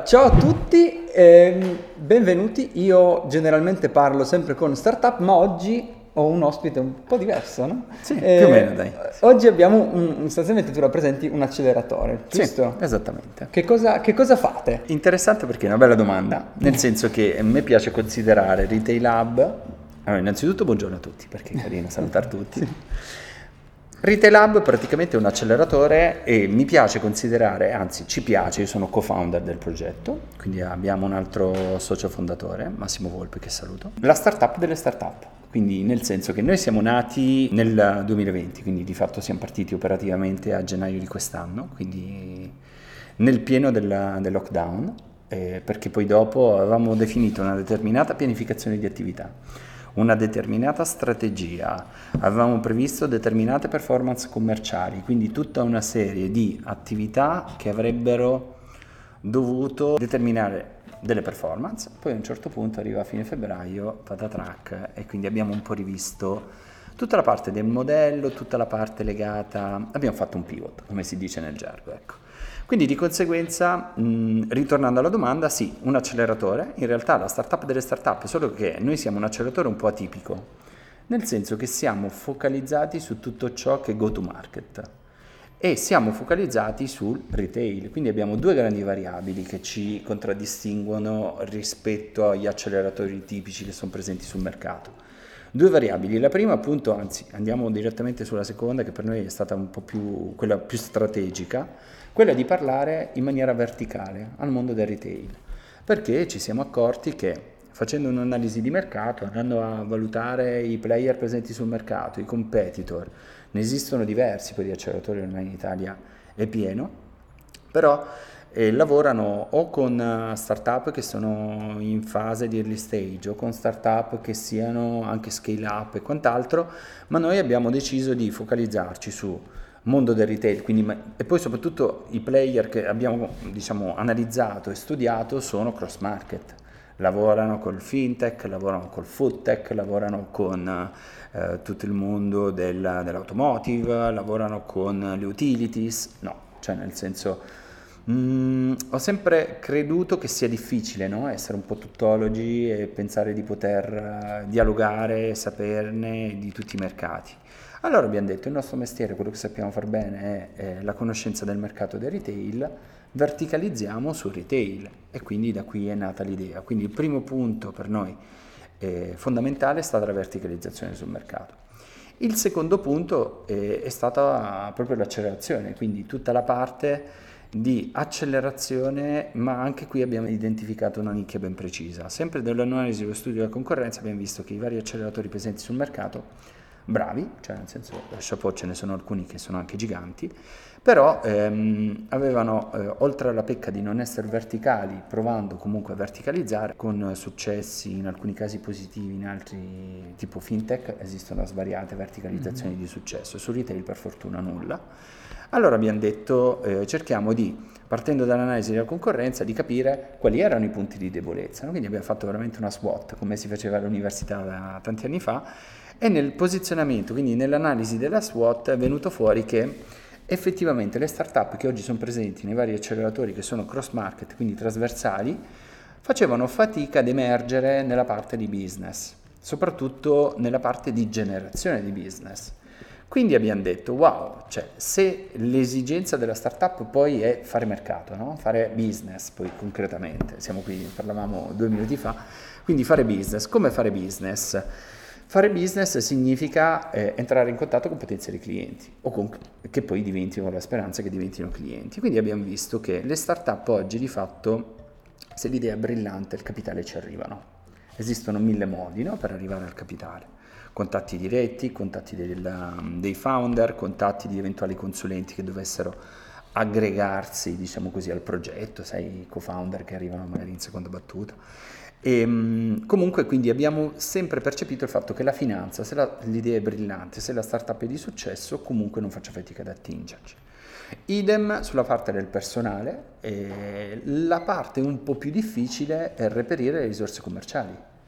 Ciao a tutti, benvenuti. Io generalmente parlo sempre con startup, ma oggi ho un ospite un po' diverso, no? Sì, più o meno, dai. Oggi abbiamo sostanzialmente tu rappresenti un acceleratore, giusto? Sì, esattamente. Che cosa fate? Interessante perché è una bella domanda, nel senso che a me piace considerare Retail Hub. Allora, innanzitutto buongiorno a tutti, perché è carino salutare tutti. Retail Hub praticamente è un acceleratore e mi piace considerare, anzi ci piace, io sono co-founder del progetto, quindi abbiamo un altro socio fondatore, Massimo Volpe, che saluto, la startup delle startup. Quindi nel senso che noi siamo nati nel 2020, quindi di fatto siamo partiti operativamente a gennaio di quest'anno, quindi nel pieno del lockdown, perché poi dopo avevamo definito una determinata pianificazione di attività, una determinata strategia, avevamo previsto determinate performance commerciali, quindi tutta una serie di attività che avrebbero dovuto determinare delle performance. Poi a un certo punto arriva a fine febbraio, patatrack, e quindi abbiamo un po' rivisto tutta la parte del modello, tutta la parte legata, abbiamo fatto un pivot, come si dice nel gergo, ecco. Quindi di conseguenza, ritornando alla domanda, sì, un acceleratore, in realtà la startup delle startup, solo che noi siamo un acceleratore un po' atipico, nel senso che siamo focalizzati su tutto ciò che è go to market e siamo focalizzati sul retail, quindi abbiamo due grandi variabili che ci contraddistinguono rispetto agli acceleratori tipici che sono presenti sul mercato. Due variabili, la prima appunto, anzi andiamo direttamente sulla seconda che per noi è stata un po' più quella più strategica, quella di parlare in maniera verticale al mondo del retail, perché ci siamo accorti che facendo un'analisi di mercato, andando a valutare i player presenti sul mercato, i competitor, ne esistono diversi, poi di acceleratori ormai in Italia è pieno, però lavorano o con startup che sono in fase di early stage o con startup che siano anche scale up e quant'altro, ma noi abbiamo deciso di focalizzarci su mondo del retail, quindi, e poi soprattutto i player che abbiamo diciamo analizzato e studiato sono cross market, lavorano col fintech, lavorano col food tech, lavorano con tutto il mondo dell'automotive, lavorano con le utilities, no, cioè nel senso ho sempre creduto che sia difficile, no? Essere un po' tuttologi e pensare di poter dialogare, saperne di tutti i mercati. Allora abbiamo detto, il nostro mestiere, quello che sappiamo far bene è la conoscenza del mercato del retail, verticalizziamo sul retail e quindi da qui è nata l'idea. Quindi il primo punto per noi fondamentale è stata la verticalizzazione sul mercato. Il secondo punto è stata proprio l'accelerazione, quindi tutta la parte di accelerazione, ma anche qui abbiamo identificato una nicchia ben precisa. Sempre dall'analisi dello studio della concorrenza abbiamo visto che i vari acceleratori presenti sul mercato bravi, cioè nel senso chapeau, ce ne sono alcuni che sono anche giganti, però avevano oltre alla pecca di non essere verticali, provando comunque a verticalizzare con successi in alcuni casi positivi, in altri tipo fintech esistono svariate verticalizzazioni di successo, sul retail per fortuna nulla. Allora abbiamo detto cerchiamo di, partendo dall'analisi della concorrenza, di capire quali erano i punti di debolezza, no? Quindi abbiamo fatto veramente una SWOT come si faceva all'università tanti anni fa. E nel posizionamento, quindi nell'analisi della SWOT, è venuto fuori che effettivamente le startup che oggi sono presenti nei vari acceleratori che sono cross market, quindi trasversali, facevano fatica ad emergere nella parte di business, soprattutto nella parte di generazione di business. Quindi abbiamo detto, wow, cioè se l'esigenza della startup poi è fare mercato, no? Fare business, poi concretamente, siamo qui, parlavamo 2 minuti fa, quindi fare business, come fare business? Fare business significa entrare in contatto con potenziali clienti o che poi diventino, la speranza che diventino clienti. Quindi abbiamo visto che le start-up oggi di fatto, se l'idea è brillante, il capitale ci arrivano. Esistono 1000 modi, no, per arrivare al capitale. Contatti diretti, contatti dei founder, contatti di eventuali consulenti che dovessero aggregarsi, diciamo così, al progetto, sai, i co-founder che arrivano magari in seconda battuta. E comunque quindi abbiamo sempre percepito il fatto che la finanza, se l'idea è brillante, se la startup è di successo, comunque non faccia fatica ad attingerci. Idem sulla parte del personale, la parte un po' più difficile è reperire le risorse commerciali.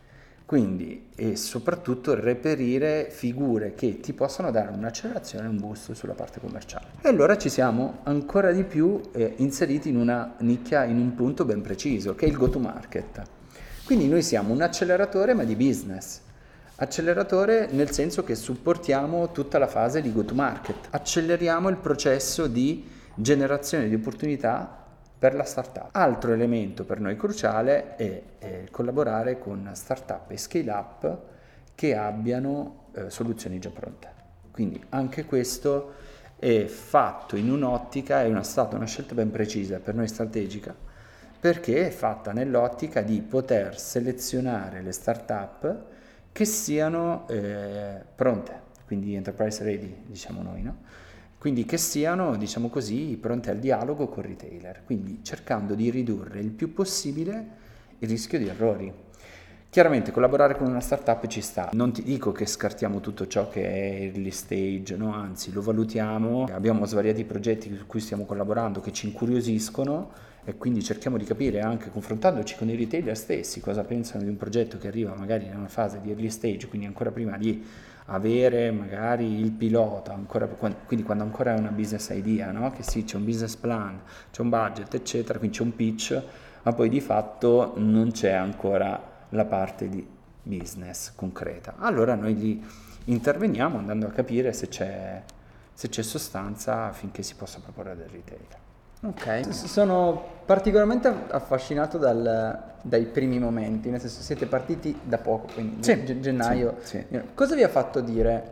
Quindi, e soprattutto reperire figure che ti possano dare un'accelerazione e un boost sulla parte commerciale. E allora ci siamo ancora di più inseriti in una nicchia, in un punto ben preciso, che è il go-to-market. Quindi noi siamo un acceleratore ma di business. Acceleratore nel senso che supportiamo tutta la fase di go-to-market. Acceleriamo il processo di generazione di opportunità per la startup. Altro elemento per noi cruciale è collaborare con startup e scale up che abbiano soluzioni già pronte. Quindi anche questo è fatto in un'ottica, è stata una scelta ben precisa, per noi strategica, perché è fatta nell'ottica di poter selezionare le startup che siano pronte, quindi enterprise ready, diciamo noi, no? Quindi che siano, diciamo così, pronte al dialogo con il retailer, quindi cercando di ridurre il più possibile il rischio di errori. Chiaramente collaborare con una startup ci sta, non ti dico che scartiamo tutto ciò che è early stage, no, anzi lo valutiamo, abbiamo svariati progetti su cui stiamo collaborando che ci incuriosiscono e quindi cerchiamo di capire anche confrontandoci con i retailer stessi cosa pensano di un progetto che arriva magari in una fase di early stage, quindi ancora prima di avere magari il pilota, quindi quando ancora è una business idea, no? Che sì, c'è un business plan, c'è un budget, eccetera, quindi c'è un pitch, ma poi di fatto non c'è ancora la parte di business concreta. Allora noi lì interveniamo andando a capire se c'è sostanza affinché si possa proporre del retail. Ok, sono particolarmente affascinato dai primi momenti, nel senso siete partiti da poco, quindi gennaio. Sì. Cosa vi ha fatto dire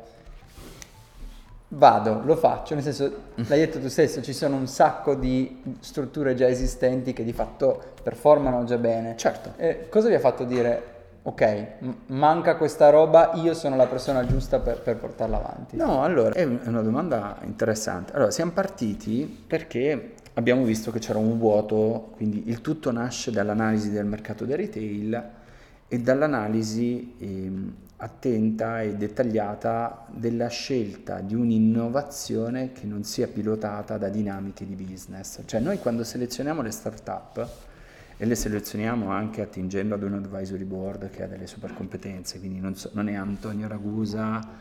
vado, lo faccio? Nel senso, l'hai detto tu stesso, ci sono un sacco di strutture già esistenti che di fatto performano già bene. Certo. Cosa vi ha fatto dire ok, manca questa roba, io sono la persona giusta per portarla avanti? No, allora, è una domanda interessante. Allora, siamo partiti perché abbiamo visto che c'era un vuoto, quindi il tutto nasce dall'analisi del mercato del retail e dall'analisi attenta e dettagliata della scelta di un'innovazione che non sia pilotata da dinamiche di business. Cioè noi quando selezioniamo le start-up e le selezioniamo anche attingendo ad un advisory board che ha delle super competenze, quindi non è Antonio Ragusa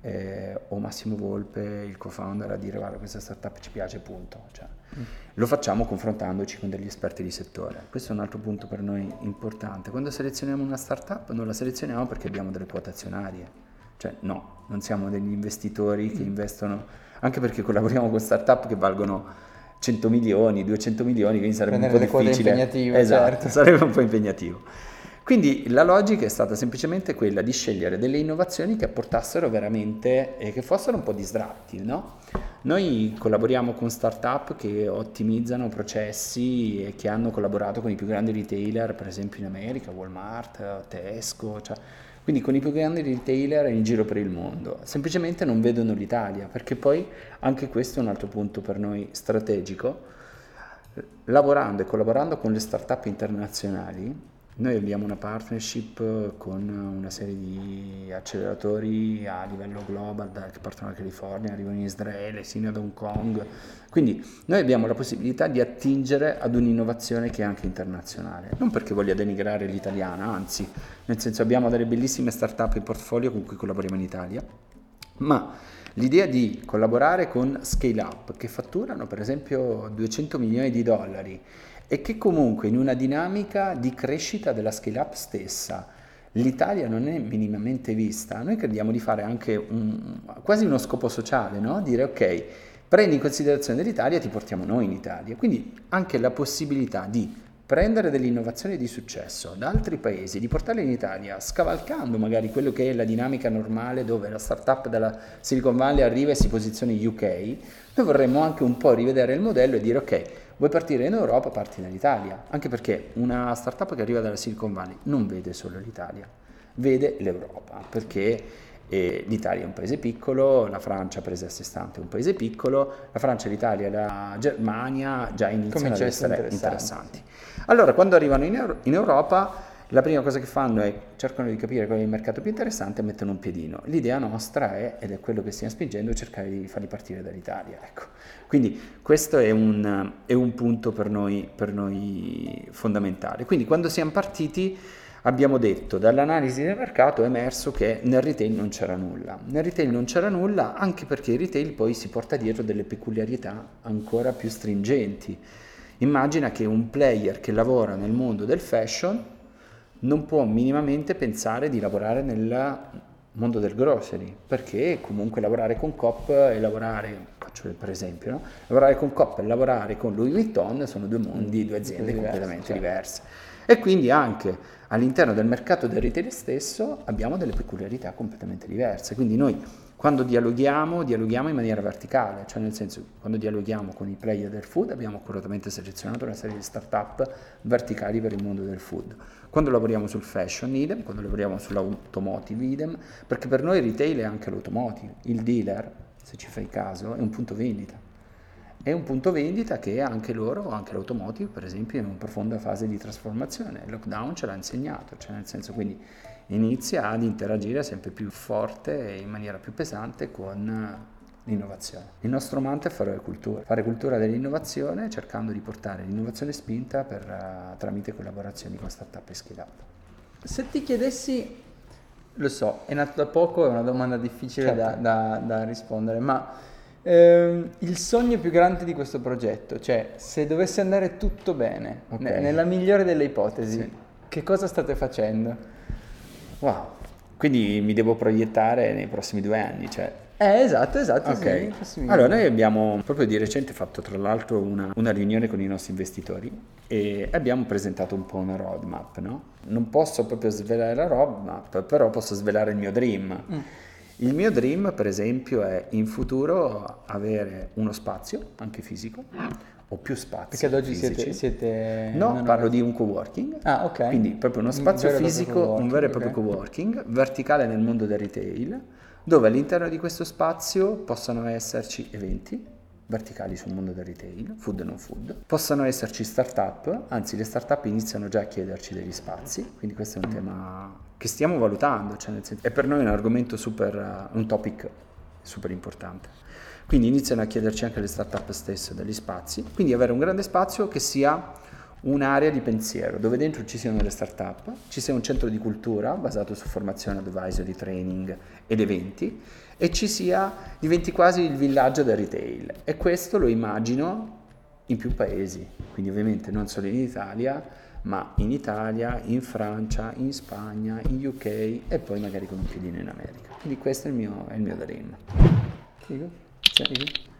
o Massimo Volpe, il co-founder, a dire guarda questa startup ci piace, punto. Cioè, lo facciamo confrontandoci con degli esperti di settore. Questo è un altro punto per noi importante. Quando selezioniamo una startup non la selezioniamo perché abbiamo delle quote azionarie, cioè no, non siamo degli investitori che investono, anche perché collaboriamo con startup che valgono 100 milioni, 200 milioni, quindi sarebbe un po' difficile. Impegnativo, esatto, certo. Sarebbe un po' impegnativo. Quindi la logica è stata semplicemente quella di scegliere delle innovazioni che apportassero veramente e che fossero un po' disruptive, no? Noi collaboriamo con startup che ottimizzano processi e che hanno collaborato con i più grandi retailer, per esempio in America, Walmart, Tesco, cioè, quindi con i più grandi retailer in giro per il mondo. Semplicemente non vedono l'Italia, perché poi anche questo è un altro punto per noi strategico. Lavorando e collaborando con le startup internazionali, noi abbiamo una partnership con una serie di acceleratori a livello global che partono da California, arrivano in Israele, sino ad Hong Kong. Quindi noi abbiamo la possibilità di attingere ad un'innovazione che è anche internazionale. Non perché voglia denigrare l'italiana, anzi, nel senso abbiamo delle bellissime startup in portfolio con cui collaboriamo in Italia, ma l'idea di collaborare con scale up che fatturano per esempio 200 milioni di dollari e che comunque in una dinamica di crescita della scale up stessa l'Italia non è minimamente vista, noi crediamo di fare anche quasi uno scopo sociale, no? Dire ok, prendi in considerazione l'Italia e ti portiamo noi in Italia, quindi anche la possibilità di prendere delle innovazioni di successo da altri paesi, di portarle in Italia, scavalcando magari quello che è la dinamica normale dove la startup dalla Silicon Valley arriva e si posiziona in UK, noi vorremmo anche un po' rivedere il modello e dire ok, vuoi partire in Europa, parti dall'Italia, anche perché una startup che arriva dalla Silicon Valley non vede solo l'Italia, vede l'Europa, perché l'Italia è un paese piccolo, la Francia presa a sé stante è un paese piccolo, la Francia, l'Italia e la Germania già iniziano ad essere interessanti. Allora, quando arrivano in Europa, la prima cosa che fanno è cercano di capire qual è il mercato più interessante e mettono un piedino. L'idea nostra è, ed è quello che stiamo spingendo, cercare di farli partire dall'Italia. Ecco. Quindi questo è un punto per noi fondamentale. Quindi quando siamo partiti abbiamo detto, dall'analisi del mercato è emerso che nel retail non c'era nulla. Nel retail non c'era nulla anche perché il retail poi si porta dietro delle peculiarità ancora più stringenti. Immagina che un player che lavora nel mondo del fashion non può minimamente pensare di lavorare nel mondo del grocery, perché comunque lavorare con Coop e lavorare, faccio per esempio, no? Lavorare con Coop e lavorare con Louis Vuitton sono due mondi, due aziende completamente diverse. E quindi anche all'interno del mercato del retail stesso abbiamo delle peculiarità completamente diverse. Quindi noi quando dialoghiamo in maniera verticale, cioè nel senso quando dialoghiamo con i player del food abbiamo accuratamente selezionato una serie di start-up verticali per il mondo del food. Quando lavoriamo sul fashion idem, quando lavoriamo sull'automotive idem, perché per noi il retail è anche l'automotive, il dealer, se ci fai caso, è un punto vendita. È un punto vendita che anche loro, anche l'automotive per esempio, è in una profonda fase di trasformazione. Il lockdown ce l'ha insegnato, cioè nel senso quindi inizia ad interagire sempre più forte e in maniera più pesante con l'innovazione. Il nostro mantra è fare cultura dell'innovazione cercando di portare l'innovazione spinta tramite collaborazioni con startup e scale up. Se ti chiedessi, lo so, è nato da poco, è una domanda difficile da rispondere, ma il sogno più grande di questo progetto, cioè se dovesse andare tutto bene, nella migliore delle ipotesi, che cosa state facendo? Wow, quindi mi devo proiettare nei prossimi 2 anni, cioè. Esatto, Ok. sì, Allora noi abbiamo proprio di recente fatto tra l'altro una riunione con i nostri investitori e abbiamo presentato un po' una roadmap, no? Non posso proprio svelare la roadmap, però posso svelare il mio dream. Il mio dream, per esempio, è in futuro avere uno spazio, anche fisico, o più spazi. Perché ad oggi fisici. siete... No, parlo di un coworking. Ah, ok. Quindi proprio uno spazio fisico, un vero e proprio coworking, verticale nel mondo del retail, dove all'interno di questo spazio possano esserci eventi verticali sul mondo del retail, food e non food, possano esserci start-up, anzi le start-up iniziano già a chiederci degli spazi, quindi questo è un tema che stiamo valutando, cioè nel senso, è per noi un argomento un topic super importante. Quindi iniziano a chiederci anche le start-up stesse degli spazi, quindi avere un grande spazio che sia un'area di pensiero, dove dentro ci siano le start-up, ci sia un centro di cultura basato su formazione, advisory, training ed eventi, e diventi quasi il villaggio del retail. E questo lo immagino in più paesi, quindi ovviamente non solo in Italia, ma in Italia, in Francia, in Spagna, in UK e poi magari con un piedino in America. Quindi questo è il mio dream. Figo.